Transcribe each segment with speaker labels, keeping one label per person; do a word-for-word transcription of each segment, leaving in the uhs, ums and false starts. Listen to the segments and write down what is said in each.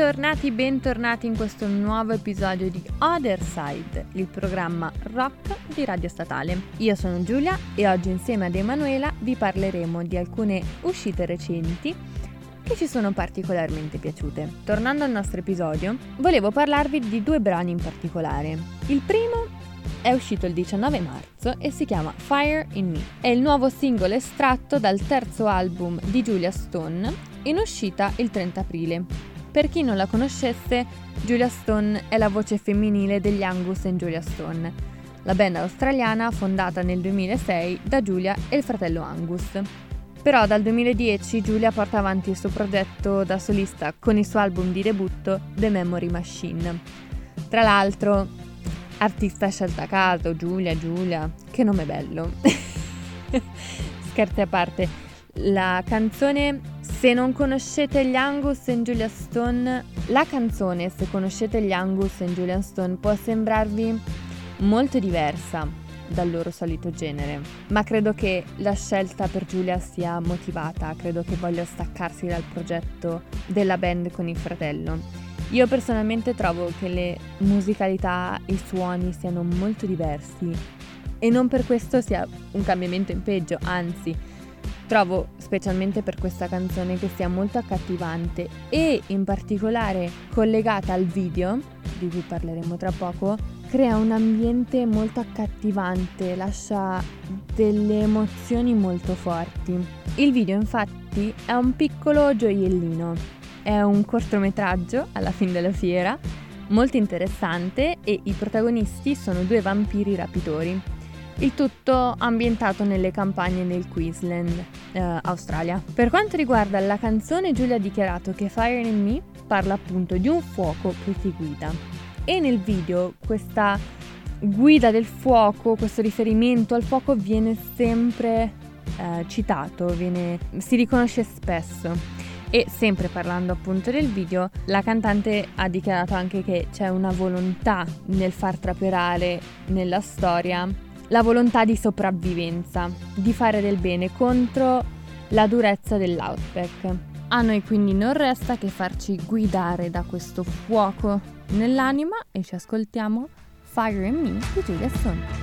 Speaker 1: Bentornati, bentornati in questo nuovo episodio di Other Side, il programma rock di Radio Statale. Io sono Giulia e oggi insieme ad Emanuela vi parleremo di alcune uscite recenti che ci sono particolarmente piaciute. Tornando al nostro episodio, volevo parlarvi di due brani in particolare. Il primo è uscito il diciannove marzo e si chiama Fire in Me. È il nuovo singolo estratto dal terzo album di Julia Stone, in uscita il trenta aprile. Per chi non la conoscesse, Julia Stone è la voce femminile degli Angus and Julia Stone, la band australiana fondata nel duemilasei da Julia e il fratello Angus. Però dal duemiladieci Julia porta avanti il suo progetto da solista con il suo album di debutto The Memory Machine. Tra l'altro, artista scelta a caso, Giulia, Giulia, che nome bello. Scherzi a parte, la canzone, se non conoscete gli Angus and Julia Stone, la canzone, se conoscete gli Angus and Julia Stone, può sembrarvi molto diversa dal loro solito genere, ma credo che la scelta per Giulia sia motivata, credo che voglia staccarsi dal progetto della band con il fratello. Io personalmente trovo che le musicalità, i suoni siano molto diversi e non per questo sia un cambiamento in peggio, anzi trovo specialmente per questa canzone che sia molto accattivante e in particolare collegata al video, di cui parleremo tra poco, crea un ambiente molto accattivante, lascia delle emozioni molto forti. Il video infatti è un piccolo gioiellino, è un cortometraggio alla fine della fiera, molto interessante e i protagonisti sono due vampiri rapitori. Il tutto ambientato nelle campagne del Queensland, eh, Australia. Per quanto riguarda la canzone, Giulia ha dichiarato che Fire in Me parla appunto di un fuoco che ti guida. E nel video questa guida del fuoco, questo riferimento al fuoco viene sempre eh, citato, viene, si riconosce spesso. E sempre parlando appunto del video, la cantante ha dichiarato anche che c'è una volontà nel far trapelare nella storia la volontà di sopravvivenza, di fare del bene contro la durezza dell'outback. A noi quindi non resta che farci guidare da questo fuoco nell'anima e ci ascoltiamo Fire in Me di Julia Stone.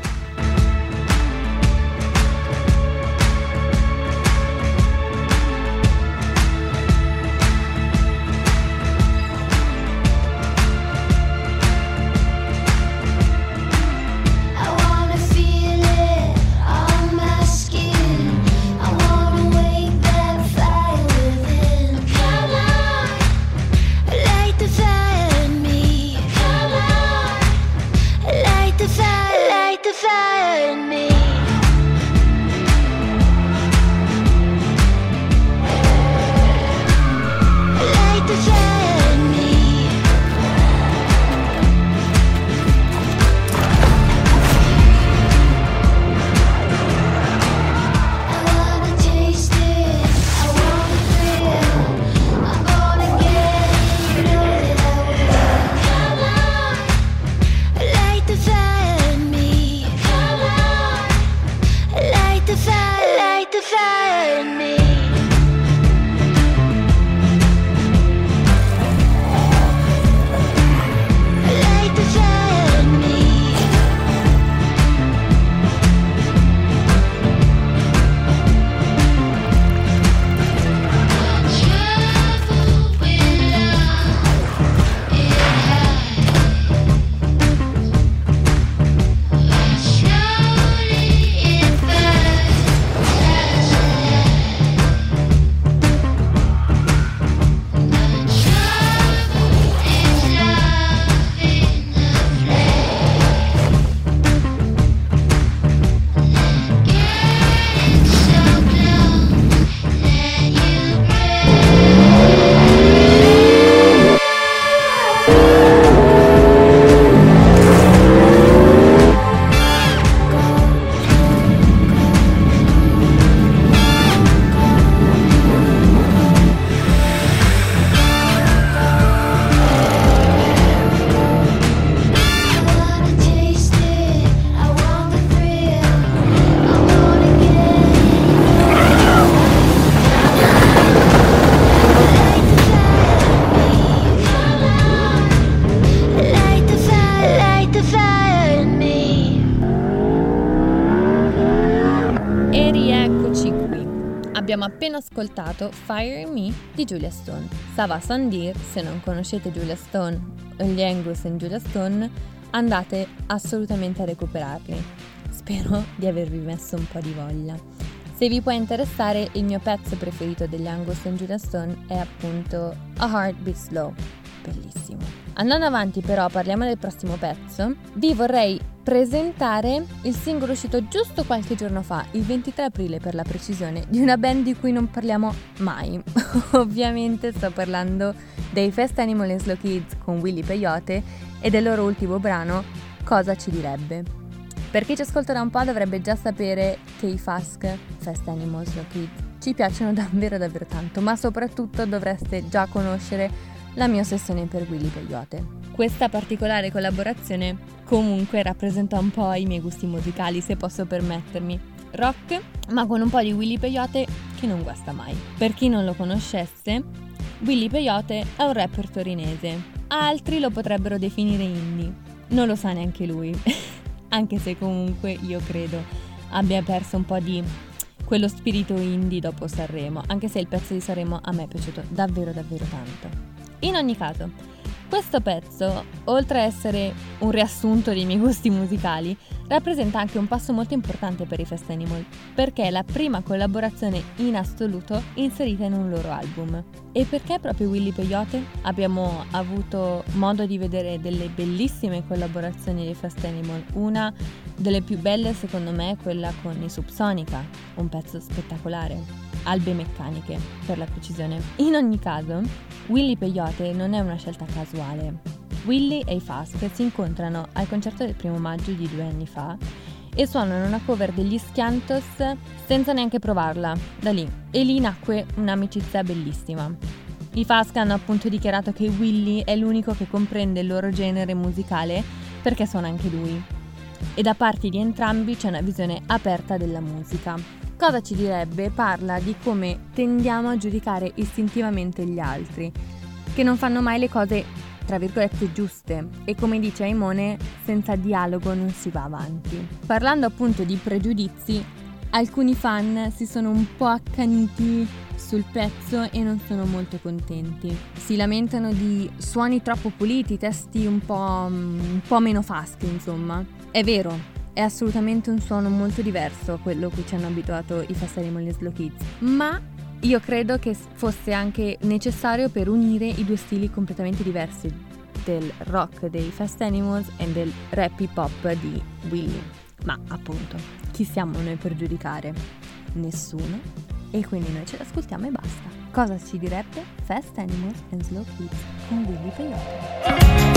Speaker 1: Abbiamo appena ascoltato Fire Me di Julia Stone. Ça va sans dire, se non conoscete Julia Stone o gli Angus e Julia Stone, andate assolutamente a recuperarli. Spero di avervi messo un po' di voglia. Se vi può interessare, il mio pezzo preferito degli Angus e Julia Stone è appunto A Heart Beats Slow. Bellissimo. Andando avanti però, parliamo del prossimo pezzo. Vi vorrei presentare il singolo uscito giusto qualche giorno fa, il ventitré aprile per la precisione, di una band di cui non parliamo mai. Ovviamente sto parlando dei Fast Animal and Slow Kids con Willy Peyote e del loro ultimo brano Cosa ci direbbe. Per chi ci ascolta da un po' dovrebbe già sapere che i F A S C, Fast Animal Slow Kids, ci piacciono davvero davvero tanto, ma soprattutto dovreste già conoscere la mia ossessione per Willy Peyote. Questa particolare collaborazione comunque rappresenta un po' i miei gusti musicali, se posso permettermi. Rock, ma con un po' di Willy Peyote che non guasta mai. Per chi non lo conoscesse, Willy Peyote è un rapper torinese. Altri lo potrebbero definire indie. Non lo sa neanche lui, anche se comunque io credo abbia perso un po' di quello spirito indie dopo Sanremo, anche se il pezzo di Sanremo a me è piaciuto davvero davvero tanto. In ogni caso, questo pezzo, oltre a essere un riassunto dei miei gusti musicali, rappresenta anche un passo molto importante per i Fast Animal, perché è la prima collaborazione in assoluto inserita in un loro album. E perché proprio Willy Peyote? Abbiamo avuto modo di vedere delle bellissime collaborazioni dei Fast Animal. Una delle più belle secondo me è quella con i Subsonica, un pezzo spettacolare. Albe meccaniche, per la precisione. In ogni caso, Willy Peyote non è una scelta casuale. Willy e i F A S C si incontrano al concerto del primo maggio di due anni fa e suonano una cover degli Schiantos senza neanche provarla, da lì. E lì nacque un'amicizia bellissima. I F A S C hanno appunto dichiarato che Willy è l'unico che comprende il loro genere musicale perché suona anche lui. E da parte di entrambi c'è una visione aperta della musica. Cosa ci direbbe? Parla di come tendiamo a giudicare istintivamente gli altri, che non fanno mai le cose, tra virgolette, giuste, e come dice Aimone, senza dialogo non si va avanti. Parlando appunto di pregiudizi, alcuni fan si sono un po' accaniti sul pezzo e non sono molto contenti. Si lamentano di suoni troppo puliti, testi un po', un po' meno fasti, insomma. È vero. È assolutamente un suono molto diverso a quello a cui ci hanno abituato i Fast Animal e Slow Kids, ma io credo che fosse anche necessario per unire i due stili completamente diversi del rock dei Fast Animals e del rap hip hop di Willy. Ma appunto, chi siamo noi per giudicare? Nessuno. E quindi noi ce l'ascoltiamo e basta. Cosa ci direbbe Fast Animals and Slow Kids con Willy Peyote?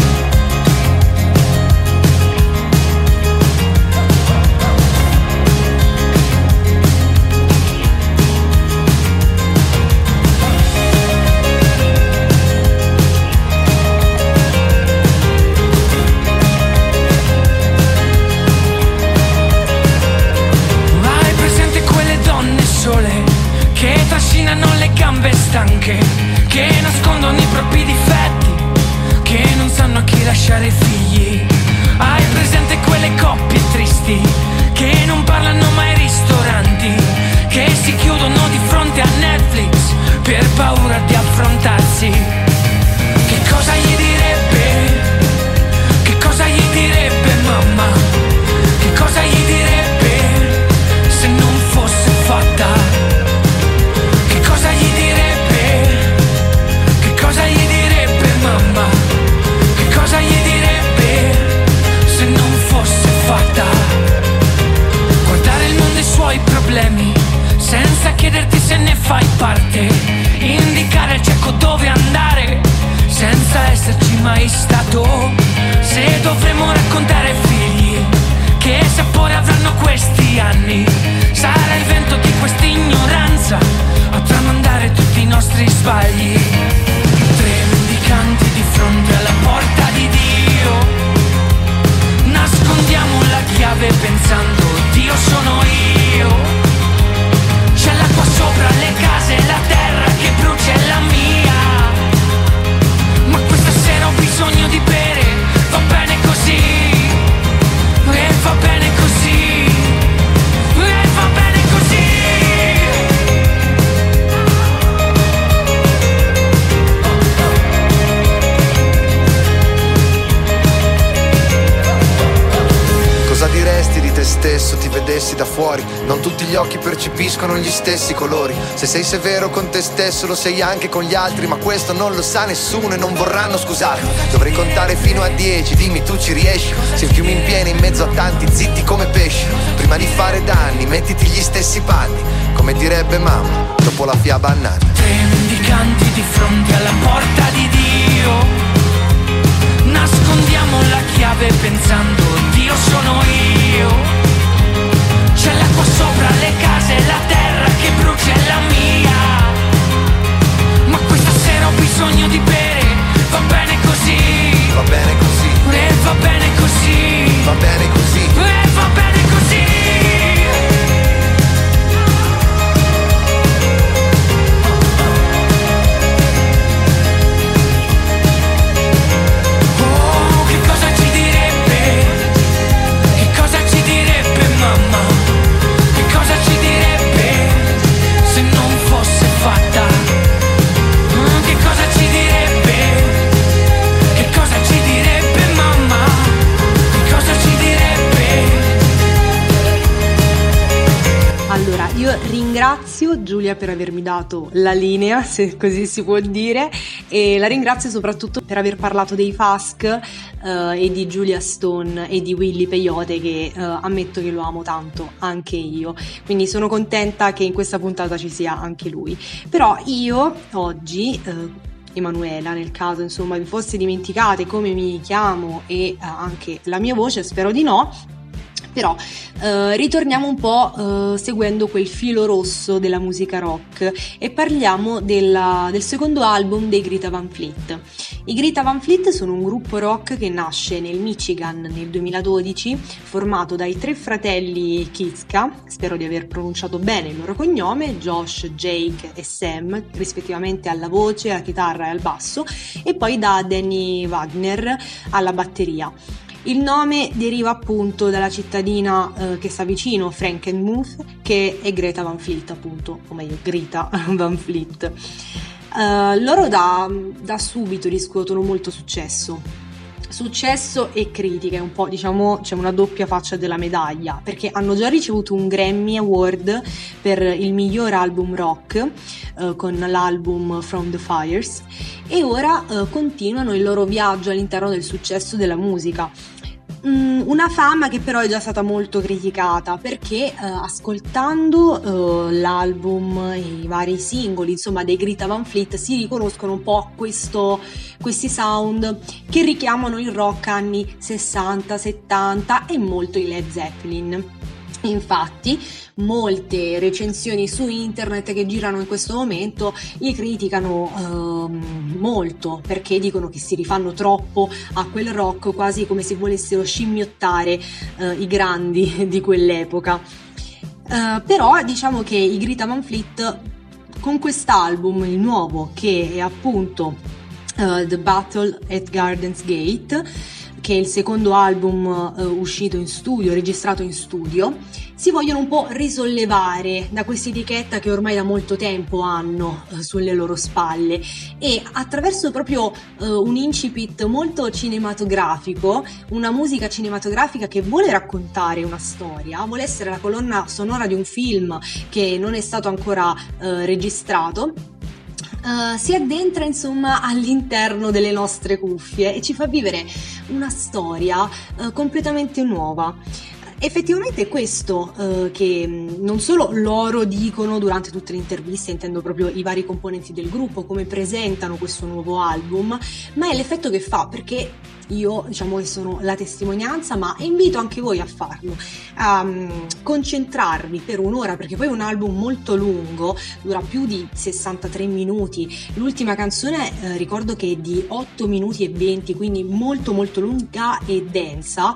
Speaker 2: Che trascinano le gambe stanche, che nascondono i propri difetti, che non sanno a chi lasciare i figli. Hai presente quelle coppie tristi, che non parlano mai ai ristoranti, che si chiudono di fronte a Netflix per paura di affrontarsi. Che cosa gli direbbe? Che cosa gli direbbe mamma? Che cosa gli direbbe se non fosse fatta? Cosa gli direbbe? Che cosa gli direbbe mamma? Che cosa gli direbbe se non fosse fatta? Guardare il mondo e i suoi problemi senza chiederti se ne fai parte, indicare al cieco dove andare senza esserci mai stato. Se dovremmo raccontare ai figli che sapore avranno questi anni, sarà il vento di questa ignoranza a tramandare tutti i nostri sbagli. Tre mendicanti di fronte alla porta di Dio, nascondiamo la chiave pensando Dio sono io. C'è l'acqua sopra le case, la terra che brucia è la mia, ma questa sera ho bisogno di bere
Speaker 3: te stesso ti vedessi da fuori. Non tutti gli occhi percepiscono gli stessi colori. Se sei severo con te stesso lo sei anche con gli altri, ma questo non lo sa nessuno e non vorranno scusarti. Dovrei contare fino a dieci, dimmi tu ci riesci? Se il fiume in piena in mezzo a tanti zitti come pesci. Prima di fare danni mettiti gli stessi panni, come direbbe mamma dopo la fiaba annata.
Speaker 2: Tre mendicanti di fronte alla porta di Dio. Nascondiamo la chiave pensando Dio sono io. C'è l'acqua sopra le case, la terra che brucia è la mia. Ma questa sera ho bisogno di bere, va bene così.
Speaker 3: Va bene così.
Speaker 2: E va bene così.
Speaker 3: Va bene così.
Speaker 2: E va bene così.
Speaker 4: Io ringrazio Giulia per avermi dato la linea, se così si può dire, e la ringrazio soprattutto per aver parlato dei Fask eh, e di Julia Stone e di Willy Peyote, che eh, ammetto che lo amo tanto anche io, quindi sono contenta che in questa puntata ci sia anche lui. Però io oggi eh, Emanuela, nel caso insomma vi fosse dimenticate come mi chiamo e eh, anche la mia voce, spero di no, però eh, ritorniamo un po' eh, seguendo quel filo rosso della musica rock e parliamo della, del secondo album dei Greta Van Fleet. I Greta Van Fleet sono un gruppo rock che nasce nel Michigan nel duemiladodici, formato dai tre fratelli Kiska, spero di aver pronunciato bene il loro cognome, Josh, Jake e Sam, rispettivamente alla voce, alla chitarra e al basso, e poi da Danny Wagner alla batteria. Il nome deriva appunto dalla cittadina eh, che sta vicino, Frankenmuth, che è Greta Van Fleet appunto, o meglio Greta Van Fleet. Uh, loro da, da subito riscuotono molto successo. Successo e critiche, un po' diciamo c'è una doppia faccia della medaglia, perché hanno già ricevuto un Grammy Award per il miglior album rock eh, con l'album From the Fires, e ora eh, continuano il loro viaggio all'interno del successo della musica. Mm, una fama che però è già stata molto criticata, perché eh, ascoltando eh, l'album e i vari singoli insomma dei Greta Van Fleet si riconoscono un po' questo, questi sound che richiamano il rock anni sessanta settanta e molto i Led Zeppelin. Infatti molte recensioni su internet che girano in questo momento li criticano ehm, molto, perché dicono che si rifanno troppo a quel rock, quasi come se volessero scimmiottare eh, i grandi di quell'epoca. Eh, però diciamo che i Greta Van Fleet con quest'album, il nuovo, che è appunto uh, The Battle at Gardens Gate, che è il secondo album uh, uscito in studio, registrato in studio, si vogliono un po' risollevare da questa etichetta che ormai da molto tempo hanno uh, sulle loro spalle, e attraverso proprio uh, un incipit molto cinematografico, una musica cinematografica che vuole raccontare una storia, vuole essere la colonna sonora di un film che non è stato ancora uh, registrato. Uh, si addentra insomma all'interno delle nostre cuffie e ci fa vivere una storia uh, completamente nuova. Effettivamente è questo uh, che non solo loro dicono durante tutte le interviste, intendo proprio i vari componenti del gruppo, come presentano questo nuovo album, ma è l'effetto che fa, perché io diciamo che sono la testimonianza, ma invito anche voi a farlo, a um, concentrarvi per un'ora, perché poi è un album molto lungo, dura più di sessantatré minuti, l'ultima canzone eh, ricordo che è di otto minuti e venti, quindi molto molto lunga e densa.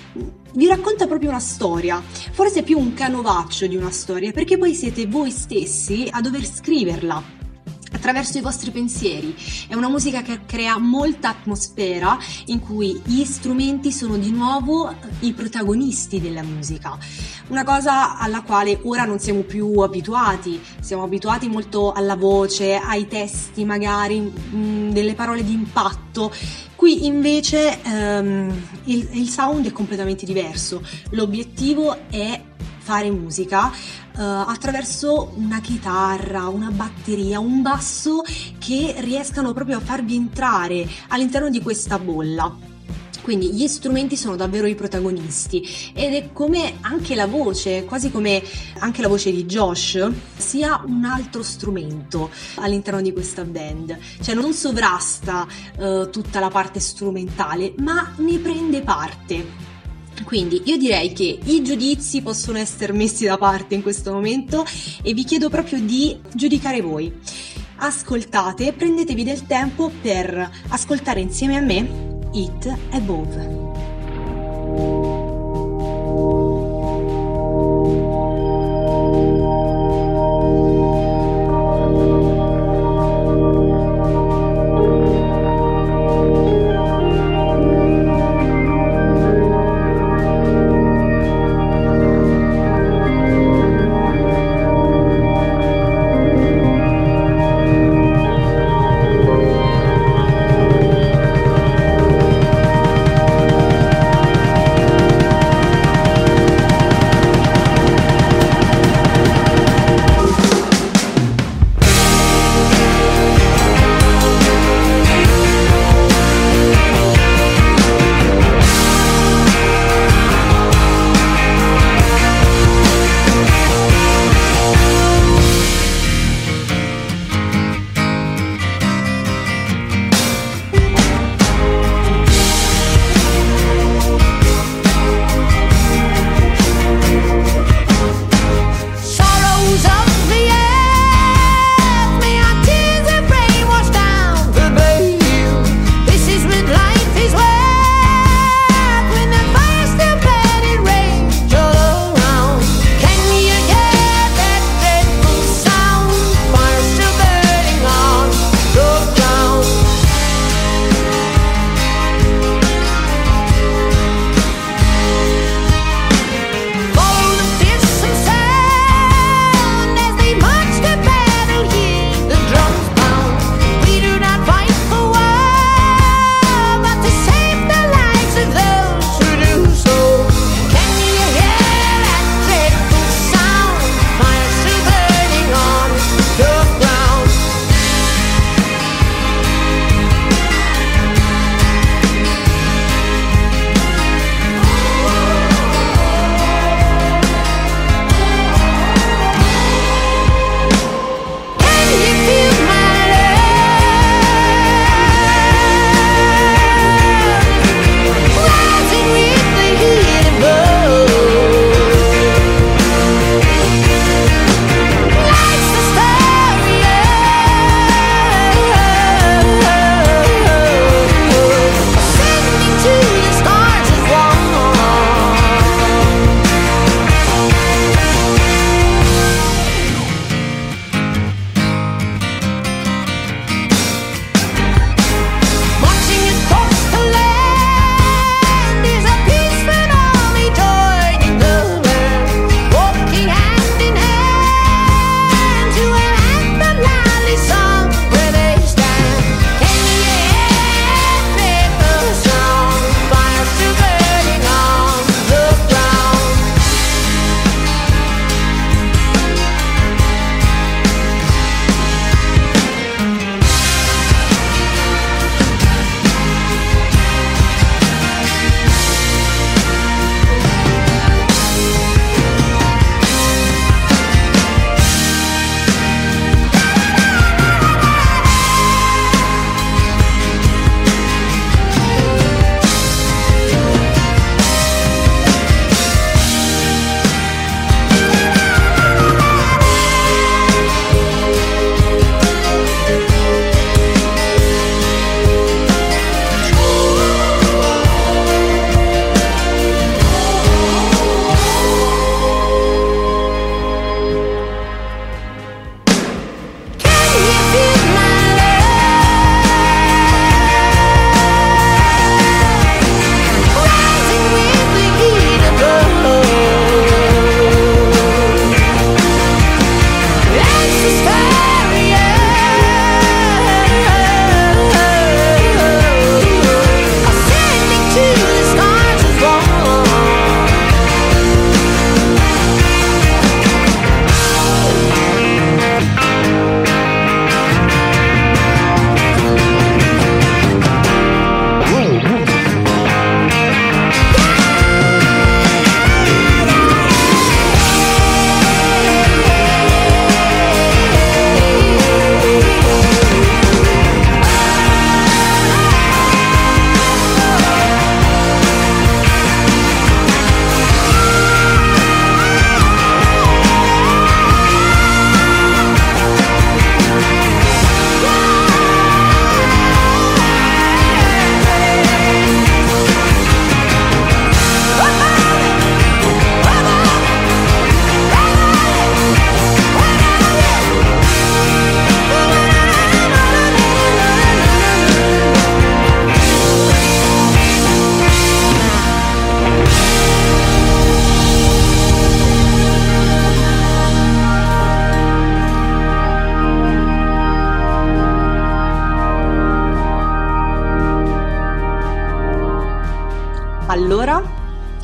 Speaker 4: Vi racconta proprio una storia, forse più un canovaccio di una storia, perché poi siete voi stessi a dover scriverla attraverso i vostri pensieri. È una musica che crea molta atmosfera, in cui gli strumenti sono di nuovo i protagonisti della musica, una cosa alla quale ora non siamo più abituati. Siamo abituati molto alla voce, ai testi magari, mh, delle parole di impatto. Qui Qui invece ehm, il, il sound è completamente diverso, l'obiettivo è fare musica uh, attraverso una chitarra, una batteria, un basso che riescano proprio a farvi entrare all'interno di questa bolla. Quindi gli strumenti sono davvero i protagonisti ed è come anche la voce, quasi come anche la voce di Josh, sia un altro strumento all'interno di questa band. Cioè non sovrasta uh, tutta la parte strumentale, ma ne prende parte. Quindi io direi che i giudizi possono essere messi da parte in questo momento e vi chiedo proprio di giudicare voi. Ascoltate, prendetevi del tempo per ascoltare insieme a me It Above.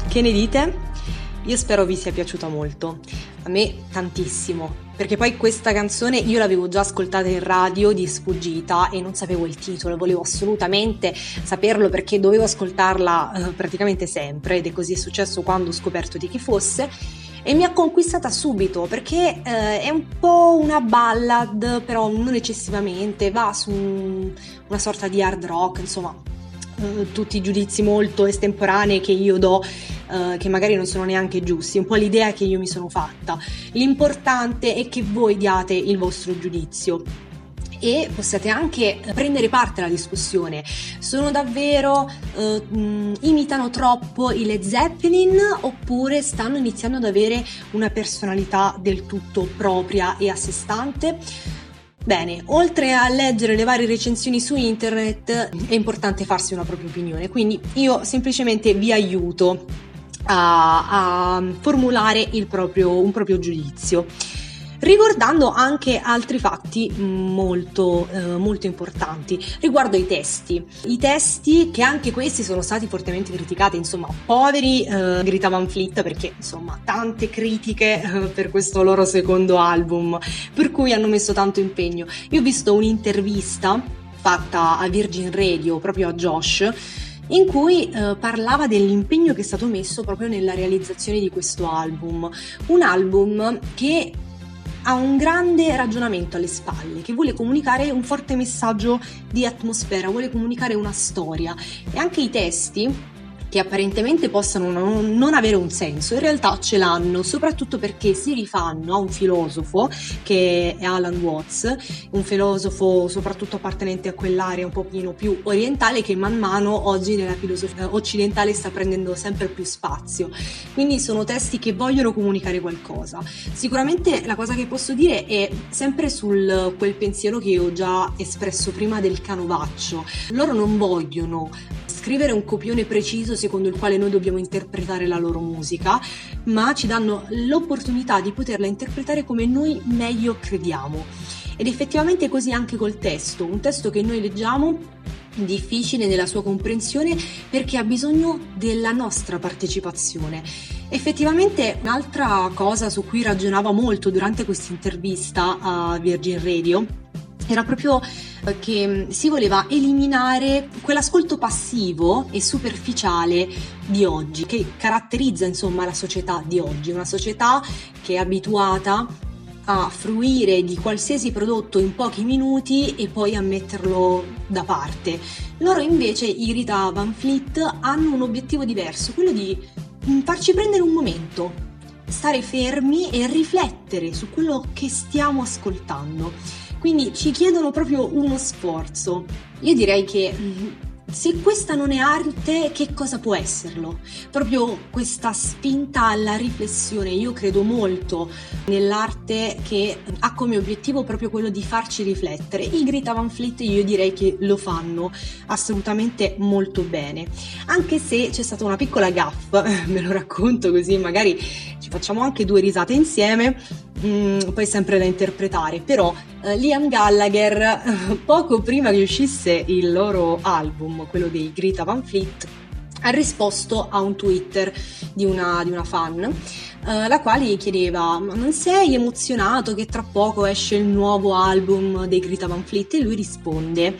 Speaker 4: Che ne dite? Io spero vi sia piaciuta molto, a me tantissimo, perché poi questa canzone io l'avevo già ascoltata in radio di sfuggita e non sapevo il titolo, volevo assolutamente saperlo perché dovevo ascoltarla eh, praticamente sempre, ed è così è successo quando ho scoperto di chi fosse, e mi ha conquistata subito perché eh, è un po' una ballad, però non eccessivamente, va su un, una sorta di hard rock, insomma eh, tutti i giudizi molto estemporanei che io do, Uh, che magari non sono neanche giusti, un po' l'idea che io mi sono fatta. L'importante è che voi diate il vostro giudizio e possiate anche prendere parte alla discussione. Sono davvero uh, mh, imitano troppo i Led Zeppelin oppure stanno iniziando ad avere una personalità del tutto propria e a sé stante? Bene, oltre a leggere le varie recensioni su internet è importante farsi una propria opinione, quindi io semplicemente vi aiuto A, a formulare il proprio, un proprio giudizio, ricordando anche altri fatti molto, eh, molto importanti riguardo ai testi. I testi che anche questi sono stati fortemente criticati, insomma, poveri eh, Greta Van Fleet, perché insomma tante critiche eh, per questo loro secondo album, per cui hanno messo tanto impegno. Io ho visto un'intervista fatta a Virgin Radio proprio a Josh, in cui eh, parlava dell'impegno che è stato messo proprio nella realizzazione di questo album, un album che ha un grande ragionamento alle spalle, che vuole comunicare un forte messaggio di atmosfera, vuole comunicare una storia, e anche i testi, che apparentemente possano non, non avere un senso, in realtà ce l'hanno, soprattutto perché si rifanno a un filosofo che è Alan Watts, un filosofo soprattutto appartenente a quell'area un pochino più orientale che man mano oggi nella filosofia occidentale sta prendendo sempre più spazio. Quindi sono testi che vogliono comunicare qualcosa. Sicuramente la cosa che posso dire è sempre sul quel pensiero che ho già espresso prima del canovaccio. Loro non vogliono scrivere un copione preciso secondo il quale noi dobbiamo interpretare la loro musica, ma ci danno l'opportunità di poterla interpretare come noi meglio crediamo. Ed effettivamente è così anche col testo, un testo che noi leggiamo difficile nella sua comprensione perché ha bisogno della nostra partecipazione. Effettivamente un'altra cosa su cui ragionava molto durante questa intervista a Virgin Radio era proprio che si voleva eliminare quell'ascolto passivo e superficiale di oggi, che caratterizza insomma la società di oggi, una società che è abituata a fruire di qualsiasi prodotto in pochi minuti e poi a metterlo da parte. Loro invece, i Greta Van Fleet, hanno un obiettivo diverso, quello di farci prendere un momento, stare fermi e riflettere su quello che stiamo ascoltando. Quindi ci chiedono proprio uno sforzo. Io direi che se questa non è arte, che cosa può esserlo? Proprio questa spinta alla riflessione. Io credo molto nell'arte che ha come obiettivo proprio quello di farci riflettere. I Greta Van Fleet io direi che lo fanno assolutamente molto bene, anche se c'è stata una piccola gaffe, ve lo racconto così magari ci facciamo anche due risate insieme. Mm, poi sempre da interpretare, però eh, Liam Gallagher eh, poco prima che uscisse il loro album, quello dei Greta Van Fleet, ha risposto a un Twitter di una, di una fan eh, la quale gli chiedeva: ma non sei emozionato che tra poco esce il nuovo album dei Greta Van Fleet? E lui risponde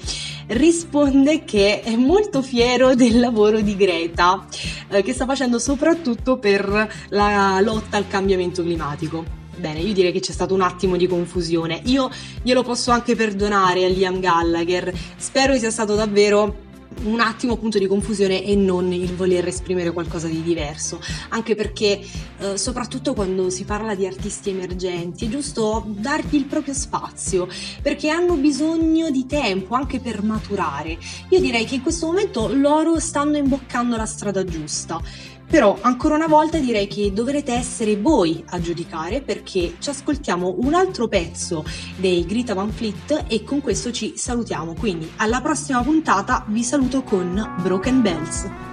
Speaker 4: risponde che è molto fiero del lavoro di Greta eh, che sta facendo soprattutto per la lotta al cambiamento climatico. Bene, io direi che c'è stato un attimo di confusione. Io glielo posso anche perdonare a Liam Gallagher. Spero sia stato davvero un attimo appunto di confusione e non il voler esprimere qualcosa di diverso, anche perché eh, soprattutto quando si parla di artisti emergenti è giusto dargli il proprio spazio, perché hanno bisogno di tempo anche per maturare. Io direi che in questo momento loro stanno imboccando la strada giusta. Però ancora una volta direi che dovrete essere voi a giudicare, perché ci ascoltiamo un altro pezzo dei Greta Van Fleet e con questo ci salutiamo. Quindi alla prossima puntata vi saluto con Broken Bells.